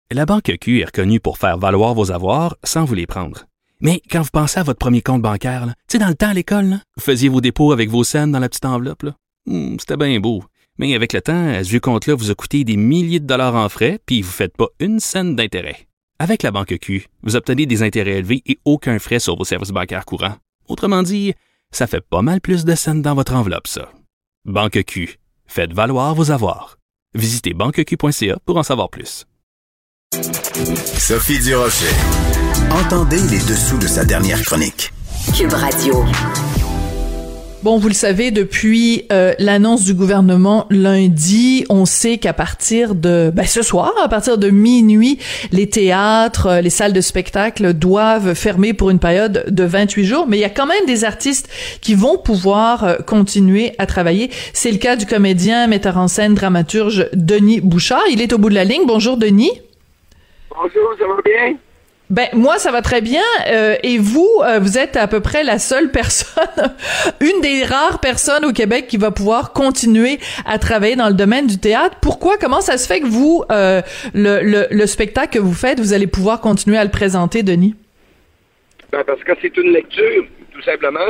La Banque Q est reconnue pour faire valoir vos avoirs sans vous les prendre. Mais quand vous pensez à votre premier compte bancaire, tu sais, dans le temps à l'école, là, vous faisiez vos dépôts avec vos scènes dans la petite enveloppe. Là. C'était bien beau. Mais avec le temps, ce vieux compte-là vous a coûté des milliers de dollars en frais, puis vous ne faites pas une scène d'intérêt. Avec la Banque Q, vous obtenez des intérêts élevés et aucun frais sur vos services bancaires courants. Autrement dit, ça fait pas mal plus de scènes dans votre enveloppe, ça. Banque Q. Faites valoir vos avoirs. Visitez banqueq.ca pour en savoir plus. Sophie Durocher. Entendez les dessous de sa dernière chronique. Cube Radio. Bon, vous le savez, depuis l'annonce du gouvernement lundi, on sait qu'à partir de ce soir, à partir de minuit, les théâtres, les salles de spectacle doivent fermer pour une période de 28 jours. Mais il y a quand même des artistes qui vont pouvoir continuer à travailler. C'est le cas du comédien, metteur en scène, dramaturge Denis Bouchard. Il est au bout de la ligne. Bonjour, Denis. Bonjour, ça va bien? Ben moi ça va très bien et vous vous êtes à peu près la seule personne, une des rares personnes au Québec qui va pouvoir continuer à travailler dans le domaine du théâtre. Pourquoi? Comment ça se fait que vous le spectacle que vous faites, vous allez pouvoir continuer à le présenter, Denis? Ben parce que c'est une lecture, tout simplement.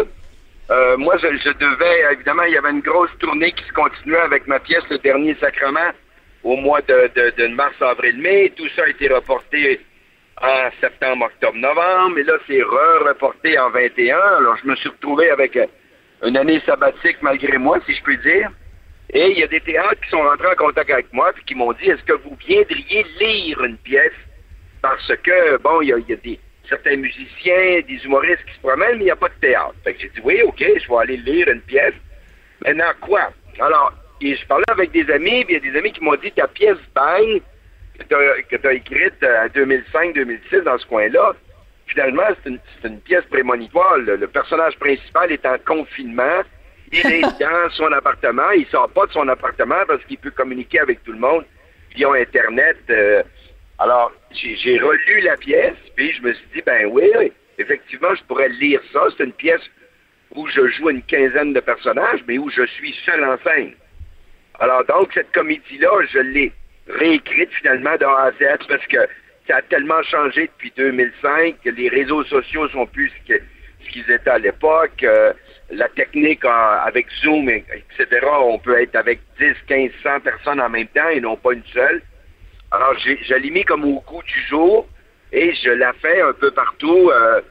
Moi je devais, évidemment, il y avait une grosse tournée qui se continuait avec ma pièce Le Dernier Sacrement au mois de mars, avril, mai. Tout ça a été reporté en septembre, octobre, novembre, et là, c'est reporté en 21. Alors, je me suis retrouvé avec une année sabbatique malgré moi, si je puis dire. Et il y a des théâtres qui sont rentrés en contact avec moi et qui m'ont dit, est-ce que vous viendriez lire une pièce? Parce que, bon, il y a certains musiciens, des humoristes qui se promènent, mais il n'y a pas de théâtre. Fait que j'ai dit, oui, OK, je vais aller lire une pièce. Maintenant, quoi? Alors, et je parlais avec des amis, puis il y a des amis qui m'ont dit, ta pièce Bang, que tu as écrite à 2005-2006 dans ce coin-là, finalement, c'est une pièce prémonitoire. Le personnage principal est en confinement. Il est dans son appartement. Il sort pas de son appartement parce qu'il peut communiquer avec tout le monde via Internet. Alors, j'ai relu la pièce, puis je me suis dit, ben oui, effectivement, je pourrais lire ça. C'est une pièce où je joue une quinzaine de personnages, mais où je suis seul en scène. Alors, donc, cette comédie-là, je l'ai réécrite finalement de A à Z parce que ça a tellement changé depuis 2005 que les réseaux sociaux sont plus ce qu'ils étaient à l'époque. La technique avec Zoom, etc., on peut être avec 10, 15, 100 personnes en même temps et non pas une seule. Alors, je l'ai mis comme au goût du jour et je la fais un peu partout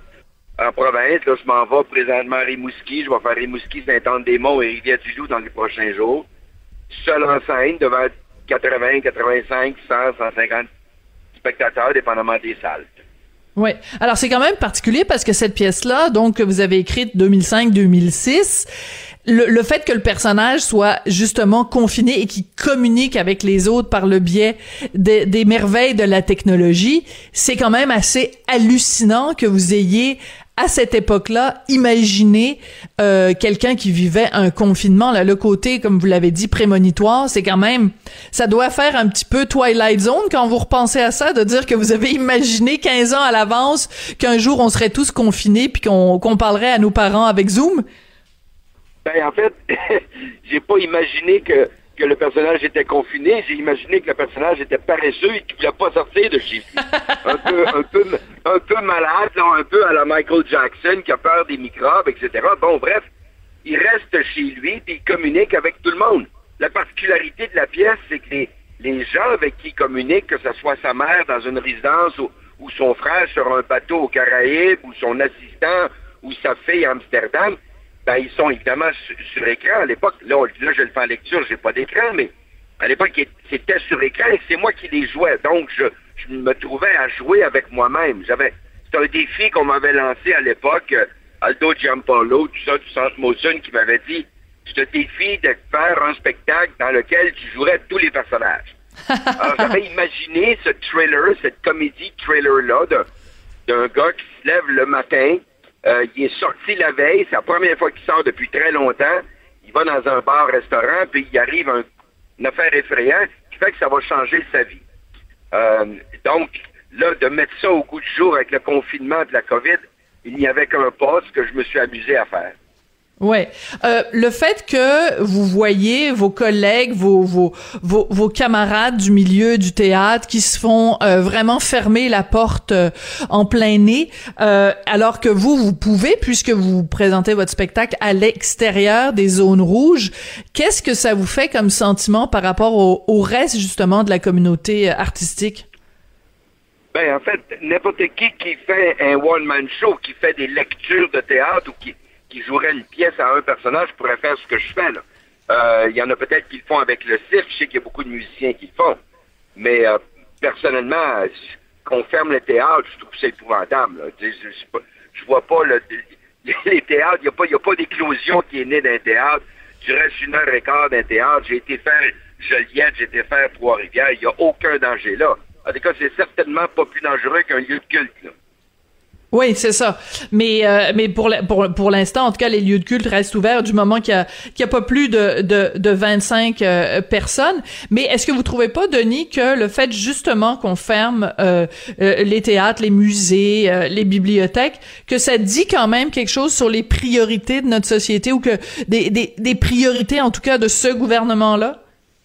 en province. Là, je m'en vais présentement à Rimouski. Je vais faire Rimouski, Saint-Anne-des-Monts et Rivière-du-Loup dans les prochains jours. Seul en scène devant 80, 85, 100, 150 spectateurs, dépendamment des salles. Oui. Alors, c'est quand même particulier parce que cette pièce-là, donc, que vous avez écrite 2005-2006, le fait que le personnage soit justement confiné et qu'il communique avec les autres par le biais des merveilles de la technologie, c'est quand même assez hallucinant que vous ayez à cette époque-là, imaginez quelqu'un qui vivait un confinement. Là, le côté, comme vous l'avez dit, prémonitoire, c'est quand même... Ça doit faire un petit peu Twilight Zone quand vous repensez à ça, de dire que vous avez imaginé 15 ans à l'avance qu'un jour, on serait tous confinés puis qu'on parlerait à nos parents avec Zoom. Ben, en fait, j'ai pas imaginé que le personnage était confiné, j'ai imaginé que le personnage était paresseux et qu'il voulait pas sortir de chez lui. un peu malade, là, un peu à la Michael Jackson, qui a peur des microbes, etc. Bon, bref, il reste chez lui et il communique avec tout le monde. La particularité de la pièce, c'est que les gens avec qui il communique, que ce soit sa mère dans une résidence ou son frère sur un bateau aux Caraïbes, ou son assistant, ou sa fille à Amsterdam, ben, ils sont évidemment sur écran. À l'époque, là, je le fais en lecture, j'ai pas d'écran, mais à l'époque, c'était sur écran et c'est moi qui les jouais. Donc, je me trouvais à jouer avec moi-même. C'était un défi qu'on m'avait lancé à l'époque. Aldo Giampaolo, du Centre Mosun, qui m'avait dit, je te défie de faire un spectacle dans lequel tu jouerais tous les personnages. Alors, j'avais imaginé ce thriller, cette comédie thriller-là, d'un gars qui se lève le matin. Il est sorti la veille, c'est la première fois qu'il sort depuis très longtemps. Il va dans un bar-restaurant, puis il arrive une affaire effrayante qui fait que ça va changer sa vie. Donc, là, de mettre ça au goût du jour avec le confinement de la COVID, il n'y avait qu'un pas, ce que je me suis amusé à faire. Ouais. Le fait que vous voyez vos collègues, vos camarades du milieu du théâtre qui se font vraiment fermer la porte en plein nez, alors que vous pouvez, puisque vous présentez votre spectacle à l'extérieur des zones rouges, qu'est-ce que ça vous fait comme sentiment par rapport au reste, justement, de la communauté artistique? Ben, en fait, n'importe qui fait un one-man show, qui fait des lectures de théâtre ou qui jouerait une pièce à un personnage pourrait faire ce que je fais, là. Il y en a peut-être qui le font avec le CIF, je sais qu'il y a beaucoup de musiciens qui le font. Mais personnellement, qu'on ferme le théâtre, je trouve que c'est épouvantable, là. Je vois pas les théâtres, il n'y a pas d'éclosion qui est née d'un théâtre. Tu restes 1h15 d'un théâtre, j'ai été faire Joliette, j'ai été faire Trois-Rivières, il n'y a aucun danger là. En tout cas, c'est certainement pas plus dangereux qu'un lieu de culte, là. Oui, c'est ça. Mais pour l'instant, en tout cas, les lieux de culte restent ouverts du moment qu'il y a pas plus de 25 personnes. Mais est-ce que vous trouvez pas, Denis, que le fait justement qu'on ferme les théâtres, les musées, les bibliothèques, que ça dit quand même quelque chose sur les priorités de notre société ou que des priorités, en tout cas, de ce gouvernement-là?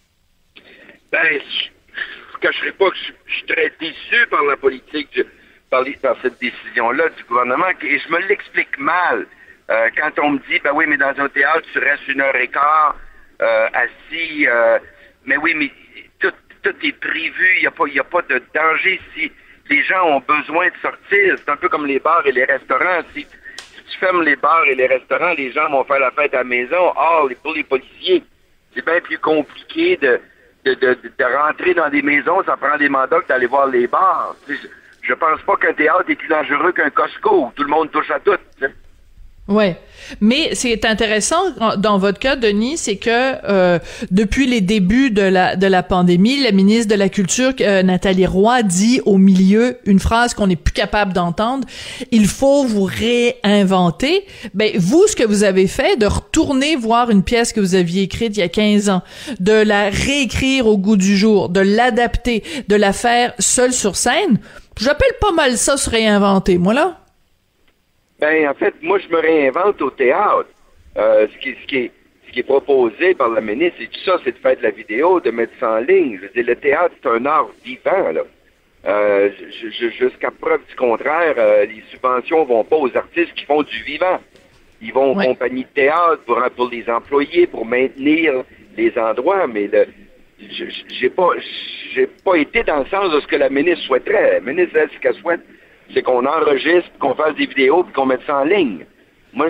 Ben, je cacherai pas que je suis très déçu par la politique par cette décision-là du gouvernement, et je me l'explique mal. Quand on me dit, ben oui, mais dans un théâtre, tu restes 1h15 assis, mais oui, mais tout est prévu, il n'y a pas de danger si les gens ont besoin de sortir. C'est un peu comme les bars et les restaurants. Si tu fermes les bars et les restaurants, les gens vont faire la fête à la maison. Or, pour les policiers, c'est bien plus compliqué de rentrer dans des maisons, ça prend des mandats que d'aller voir les bars. Je pense pas qu'un théâtre est plus dangereux qu'un Costco où tout le monde touche à tout. Ouais, mais c'est intéressant dans votre cas, Denis, c'est que depuis les débuts de la pandémie, la ministre de la Culture, Nathalie Roy, dit au milieu une phrase qu'on n'est plus capable d'entendre: il faut vous réinventer. Ben vous, ce que vous avez fait, de retourner voir une pièce que vous aviez écrite il y a 15 ans, de la réécrire au goût du jour, de l'adapter, de la faire seule sur scène, j'appelle pas mal ça se réinventer, moi là. Ben, en fait, moi, je me réinvente au théâtre. Ce qui est proposé par la ministre, et tout ça, c'est de faire de la vidéo, de mettre ça en ligne. Je veux dire, le théâtre, c'est un art vivant, là. Jusqu'à preuve du contraire, les subventions vont pas aux artistes qui font du vivant. Ils vont aux compagnies de théâtre pour les employés, pour maintenir les endroits, mais j'ai pas été dans le sens de ce que la ministre souhaiterait. La ministre, elle, ce qu'elle souhaite, c'est qu'on enregistre, qu'on fasse des vidéos, puis qu'on mette ça en ligne. Moi,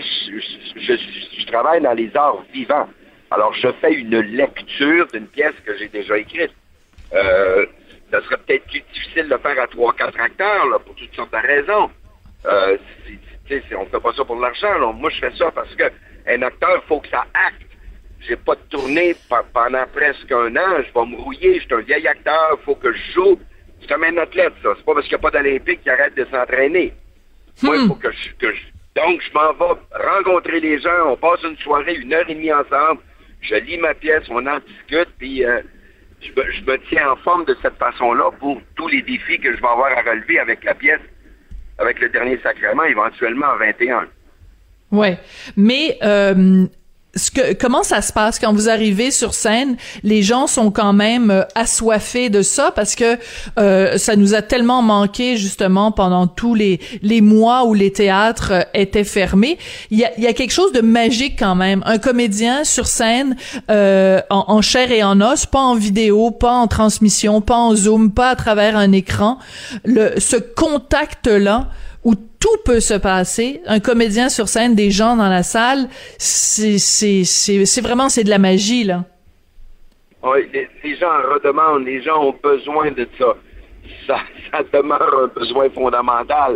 je travaille dans les arts vivants. Alors, je fais une lecture d'une pièce que j'ai déjà écrite. Ça serait peut-être plus difficile de le faire à 3-4 acteurs, là, pour toutes sortes de raisons. On fait pas ça pour l'argent, là. Moi, je fais ça parce que un acteur, il faut que ça acte. J'ai pas de tournée pendant presque un an. Je vais me rouiller. Je suis un vieil acteur. Il faut que je joue. C'est comme un athlète, ça. C'est pas parce qu'il n'y a pas d'Olympique qu'il arrête de s'entraîner. Moi, il faut que Donc, je m'en vais rencontrer les gens. On passe une soirée, 1h30 ensemble. Je lis ma pièce, on en discute, puis je me tiens en forme de cette façon-là pour tous les défis que je vais avoir à relever avec la pièce, avec le dernier sacrement, éventuellement en 21. Ouais, mais comment ça se passe quand vous arrivez sur scène? Les gens sont quand même assoiffés de ça parce que ça nous a tellement manqué justement pendant tous les mois où les théâtres étaient fermés. Il y a quelque chose de magique quand même. Un comédien sur scène en chair et en os, pas en vidéo, pas en transmission, pas en Zoom, pas à travers un écran. Ce contact-là où tout peut se passer, un comédien sur scène, des gens dans la salle, c'est vraiment, c'est de la magie, là. Oui, les gens en redemandent, les gens ont besoin de ça. Ça demeure un besoin fondamental.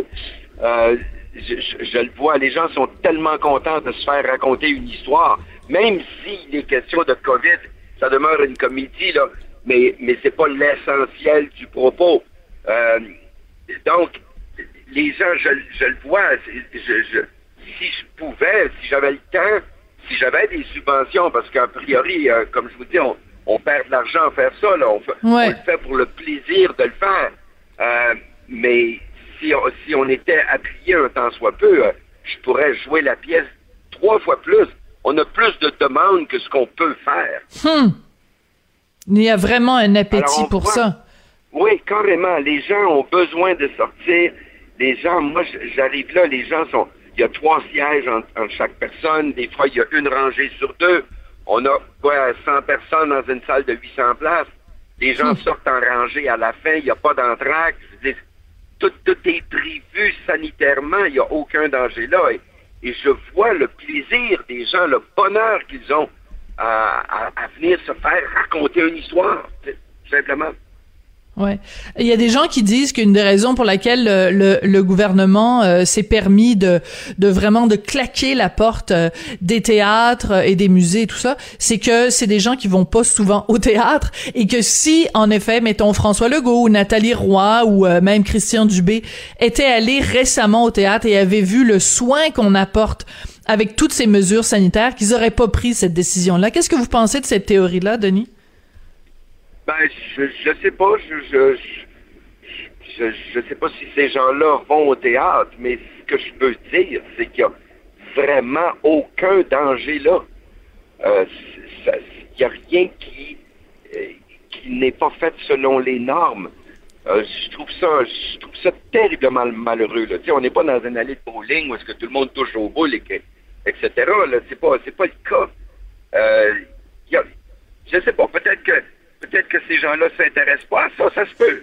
Je le vois, les gens sont tellement contents de se faire raconter une histoire, même s'il est question de COVID, ça demeure une comédie, là, mais c'est pas l'essentiel du propos. Donc, les gens, je le vois, si je pouvais, si j'avais le temps, si j'avais des subventions, parce qu'a priori, comme je vous dis, on perd de l'argent à faire ça, là, on le fait pour le plaisir de le faire. Mais si on était appuyé un tant soit peu, je pourrais jouer la pièce 3 fois plus on a plus de demandes que ce qu'on peut faire. Il y a vraiment un appétit pour ça. Oui, carrément. Les gens ont besoin de sortir. Les gens, moi, j'arrive là, les gens sont... Il y a 3 sièges entre chaque personne. Des fois, il y a une rangée sur 2. On a 100 personnes dans une salle de 800 places. Les gens sortent en rangée à la fin. Il n'y a pas d'entracte. Tout est prévu sanitairement. Il n'y a aucun danger là. Et je vois le plaisir des gens, le bonheur qu'ils ont à venir se faire raconter une histoire, tout simplement. Ouais. Il y a des gens qui disent qu'une des raisons pour laquelle le gouvernement s'est permis de vraiment de claquer la porte des théâtres et des musées et tout ça, c'est que c'est des gens qui vont pas souvent au théâtre et que si, en effet, mettons François Legault ou Nathalie Roy ou même Christian Dubé étaient allés récemment au théâtre et avaient vu le soin qu'on apporte avec toutes ces mesures sanitaires, qu'ils auraient pas pris cette décision-là. Qu'est-ce que vous pensez de cette théorie-là, Denis? Ben, je sais pas, je sais pas si ces gens-là vont au théâtre, mais ce que je peux dire, c'est qu'il y a vraiment aucun danger là. Il y a rien qui n'est pas fait selon les normes. Je trouve ça terriblement malheureux, là. Tu sais, on n'est pas dans une allée de bowling où est-ce que tout le monde touche aux boules, etc. Là, c'est pas le cas. Je sais pas, peut-être que ces gens-là s'intéressent pas à ça. Ça se peut.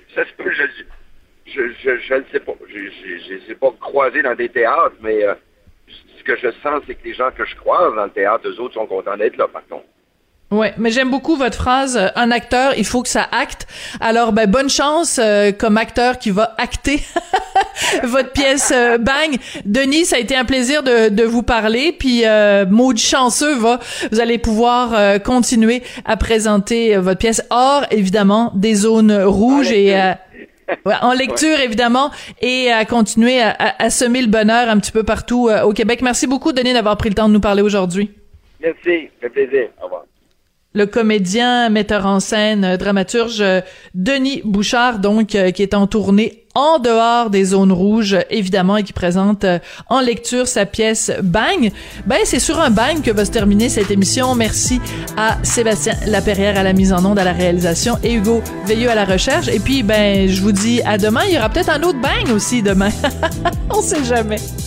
Je ne sais pas. Je ne sais pas croiser dans des théâtres, mais ce que je sens, c'est que les gens que je croise dans le théâtre, eux autres sont contents d'être là, par contre. Ouais, mais j'aime beaucoup votre phrase, un acteur, il faut que ça acte. Alors, ben, bonne chance comme acteur qui va acter votre pièce Bang. Denis, ça a été un plaisir de vous parler, puis maudit chanceux, vous allez pouvoir continuer à présenter votre pièce hors, évidemment, des zones rouges et en lecture, évidemment, et à continuer à semer le bonheur un petit peu partout au Québec. Merci beaucoup, Denis, d'avoir pris le temps de nous parler aujourd'hui. Merci, ça fait plaisir. Au revoir. Le comédien, metteur en scène, dramaturge Denis Bouchard, donc, qui est en tournée en dehors des zones rouges, évidemment, et qui présente en lecture sa pièce Bang. Ben, c'est sur un bang que va se terminer cette émission. Merci à Sébastien Laperrière à la mise en onde, à la réalisation, et Hugo Veilleux à la recherche. Et puis, ben, je vous dis à demain. Il y aura peut-être un autre bang aussi demain. On sait jamais.